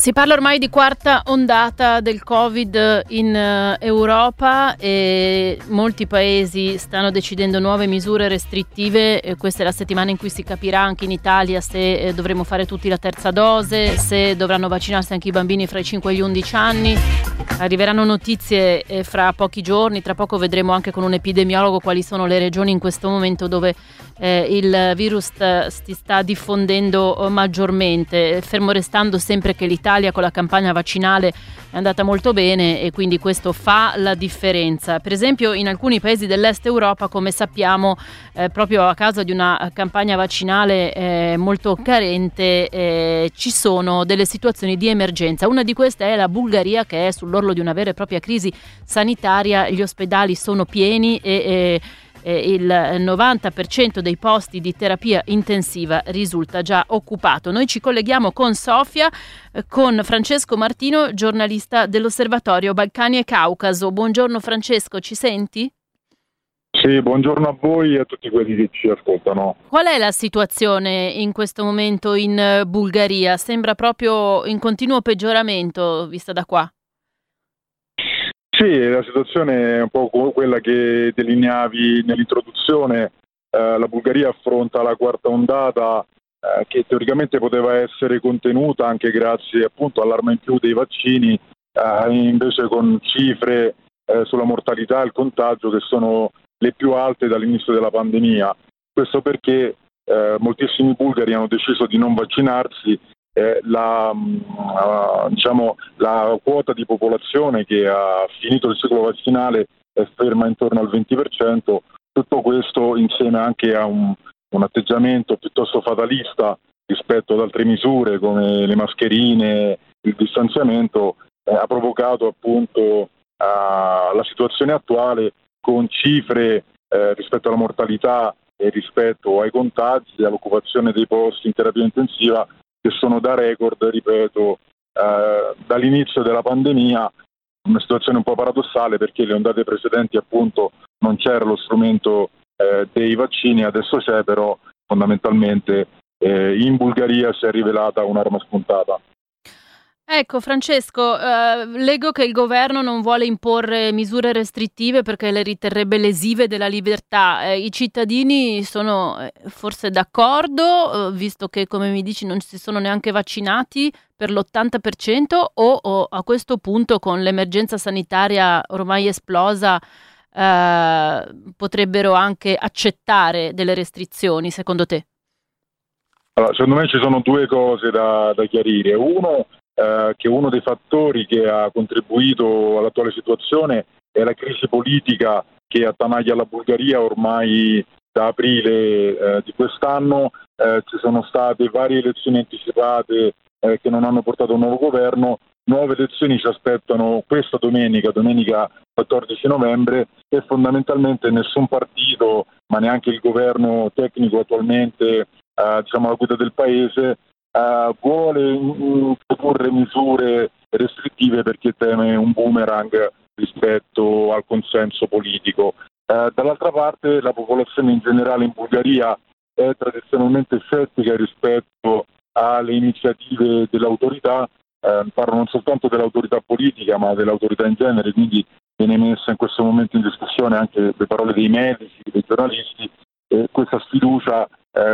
Si parla ormai di quarta ondata del Covid in Europa e molti paesi stanno decidendo nuove misure restrittive. Questa è la settimana in cui si capirà anche in Italia se dovremo fare tutti la terza dose, se dovranno vaccinarsi anche i bambini fra i 5 e gli 11 anni. Arriveranno notizie fra pochi giorni, tra poco vedremo anche con un epidemiologo quali sono le regioni in questo momento dove il virus si sta diffondendo maggiormente, fermo restando sempre che l'Italia con la campagna vaccinale è andata molto bene e quindi questo fa la differenza. Per esempio in alcuni paesi dell'est Europa, come sappiamo, proprio a causa di una campagna vaccinale molto carente, ci sono delle situazioni di emergenza. Una di queste è la Bulgaria, che è sull'orlo di una vera e propria crisi sanitaria. Gli ospedali sono pieni e il 90% dei posti di terapia intensiva risulta già occupato. Noi ci colleghiamo con Sofia, con Francesco Martino, giornalista dell'Osservatorio Balcani e Caucaso. Buongiorno Francesco, ci senti? Sì, buongiorno a voi e a tutti quelli che ci ascoltano. Qual è la situazione in questo momento in Bulgaria? Sembra proprio in continuo peggioramento vista da qua. Sì, la situazione è un po' quella che delineavi nell'introduzione. La Bulgaria affronta la quarta ondata che teoricamente poteva essere contenuta anche grazie appunto all'arma in più dei vaccini, invece con cifre sulla mortalità e il contagio che sono le più alte dall'inizio della pandemia. Questo perché moltissimi bulgari hanno deciso di non vaccinarsi. La quota di popolazione che ha finito il ciclo vaccinale è ferma intorno al 20%. Tutto questo insieme anche a un atteggiamento piuttosto fatalista rispetto ad altre misure come le mascherine, il distanziamento, ha provocato appunto la situazione attuale con cifre rispetto alla mortalità e rispetto ai contagi e all'occupazione dei posti in terapia intensiva che sono da record, ripeto, dall'inizio della pandemia. Una situazione un po' paradossale perché le ondate precedenti appunto non c'era lo strumento dei vaccini, adesso c'è, però fondamentalmente in Bulgaria si è rivelata un'arma spuntata. Ecco Francesco, leggo che il governo non vuole imporre misure restrittive perché le riterrebbe lesive della libertà. I cittadini sono forse d'accordo, visto che come mi dici non si sono neanche vaccinati per l'80%, o a questo punto con l'emergenza sanitaria ormai esplosa potrebbero anche accettare delle restrizioni, secondo te? Allora, secondo me ci sono due cose da chiarire. Uno, che uno dei fattori che ha contribuito all'attuale situazione è la crisi politica che attanaglia la Bulgaria ormai da aprile di quest'anno. Ci sono state varie elezioni anticipate che non hanno portato a un nuovo governo. Nuove elezioni ci aspettano questa domenica 14 novembre, e fondamentalmente nessun partito, ma neanche il governo tecnico attualmente alla guida del paese, vuole introdurre misure restrittive perché teme un boomerang rispetto al consenso politico. Dall'altra parte la popolazione in generale in Bulgaria è tradizionalmente scettica rispetto alle iniziative dell'autorità, parlo non soltanto dell'autorità politica ma dell'autorità in genere, quindi viene messa in questo momento in discussione anche le parole dei medici, dei giornalisti, e questa sfiducia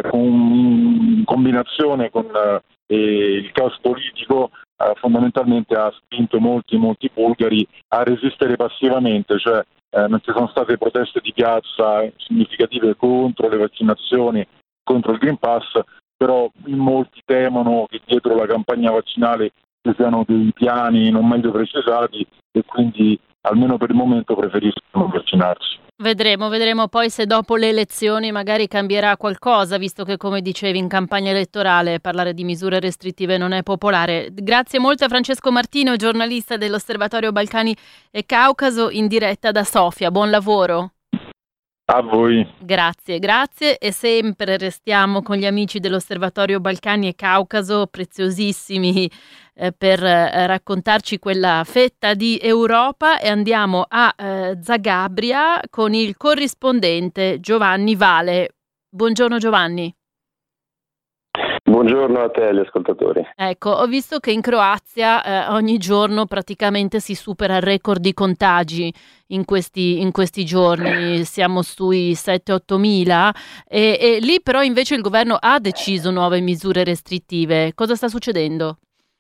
in combinazione con il caos politico fondamentalmente ha spinto molti bulgari a resistere passivamente, cioè non ci sono state proteste di piazza significative contro le vaccinazioni, contro il Green Pass, però in molti temono che dietro la campagna vaccinale ci siano dei piani non meglio precisati e quindi almeno per il momento preferiscono vaccinarsi. Vedremo poi se dopo le elezioni magari cambierà qualcosa, visto che, come dicevi, in campagna elettorale parlare di misure restrittive non è popolare. Grazie molto a Francesco Martino, giornalista dell'Osservatorio Balcani e Caucaso, in diretta da Sofia. Buon lavoro. A voi. Grazie e sempre restiamo con gli amici dell'Osservatorio Balcani e Caucaso, preziosissimi per raccontarci quella fetta di Europa, e andiamo a Zagabria con il corrispondente Giovanni Vale. Buongiorno Giovanni. Buongiorno a te e agli ascoltatori. Ecco, ho visto che in Croazia ogni giorno praticamente si supera il record di contagi in questi giorni, siamo sui 7-8 mila e lì però invece il governo ha deciso nuove misure restrittive. Cosa sta succedendo?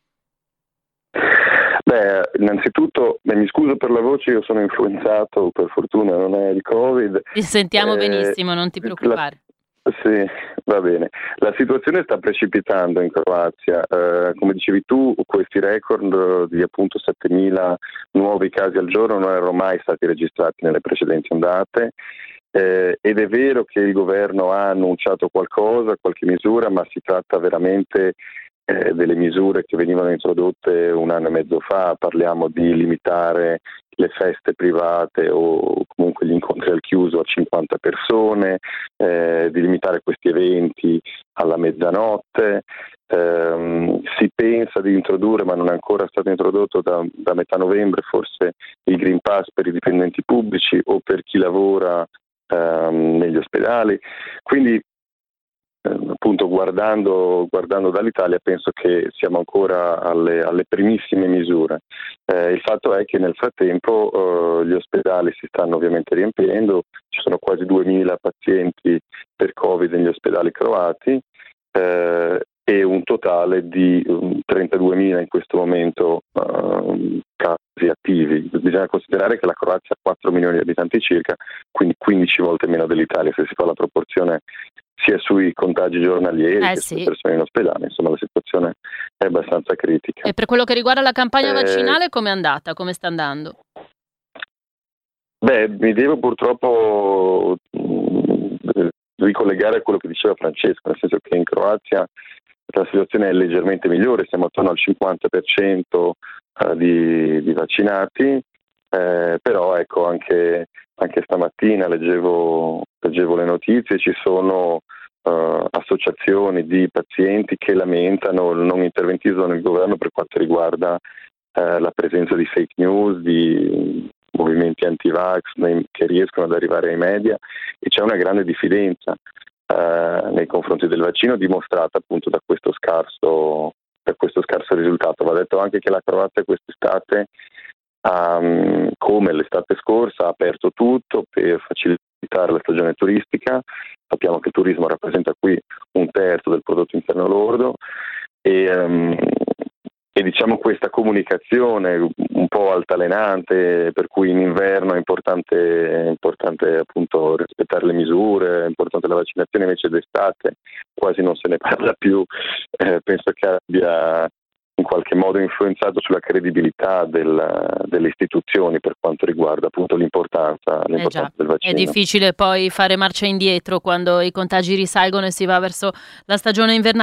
Beh, innanzitutto mi scuso per la voce, io sono influenzato, per fortuna non è il Covid. Ti sentiamo benissimo, non ti preoccupare. Sì, va bene. La situazione sta precipitando in Croazia. Come dicevi tu, questi record di appunto 7.000 nuovi casi al giorno non erano mai stati registrati nelle precedenti ondate. Ed è vero che il governo ha annunciato qualcosa, qualche misura, ma si tratta veramente delle misure che venivano introdotte 1 anno e mezzo fa. Parliamo di limitare le feste private o comunque gli incontri al chiuso a 50 persone, di limitare questi eventi alla mezzanotte. Si pensa di introdurre, ma non è ancora stato introdotto da metà novembre, forse il Green Pass per i dipendenti pubblici o per chi lavora negli ospedali. Quindi appunto guardando dall'Italia penso che siamo ancora alle primissime misure. Il fatto è che nel frattempo gli ospedali si stanno ovviamente riempiendo, ci sono quasi 2.000 pazienti per Covid negli ospedali croati e un totale di 32.000 in questo momento casi attivi. Bisogna considerare che la Croazia ha 4 milioni di abitanti circa, quindi 15 volte meno dell'Italia se si fa la proporzione sia sui contagi giornalieri che sulle persone in ospedale. Insomma, la situazione è abbastanza critica. E per quello che riguarda la campagna vaccinale, com'è andata? Come sta andando? Beh, mi devo purtroppo ricollegare a quello che diceva Francesco, nel senso che in Croazia la situazione è leggermente migliore, siamo attorno al 50% di vaccinati, però ecco anche stamattina leggevo le notizie, ci sono associazioni di pazienti che lamentano il non interventismo del governo per quanto riguarda la presenza di fake news, di movimenti anti-vax che riescono ad arrivare ai media, e c'è una grande diffidenza nei confronti del vaccino, dimostrata appunto da questo scarso risultato. Va detto anche che la Croazia quest'estate, come l'estate scorsa, ha aperto tutto per facilitare la stagione turistica. Sappiamo che il turismo rappresenta qui 1/3 del prodotto interno lordo e diciamo questa comunicazione un po' altalenante, per cui in inverno è importante appunto rispettare le misure, è importante la vaccinazione, invece d'estate quasi non se ne parla più, penso che abbia in qualche modo influenzato sulla credibilità delle istituzioni per quanto riguarda appunto l'importanza del vaccino. È difficile poi fare marcia indietro quando i contagi risalgono e si va verso la stagione invernale.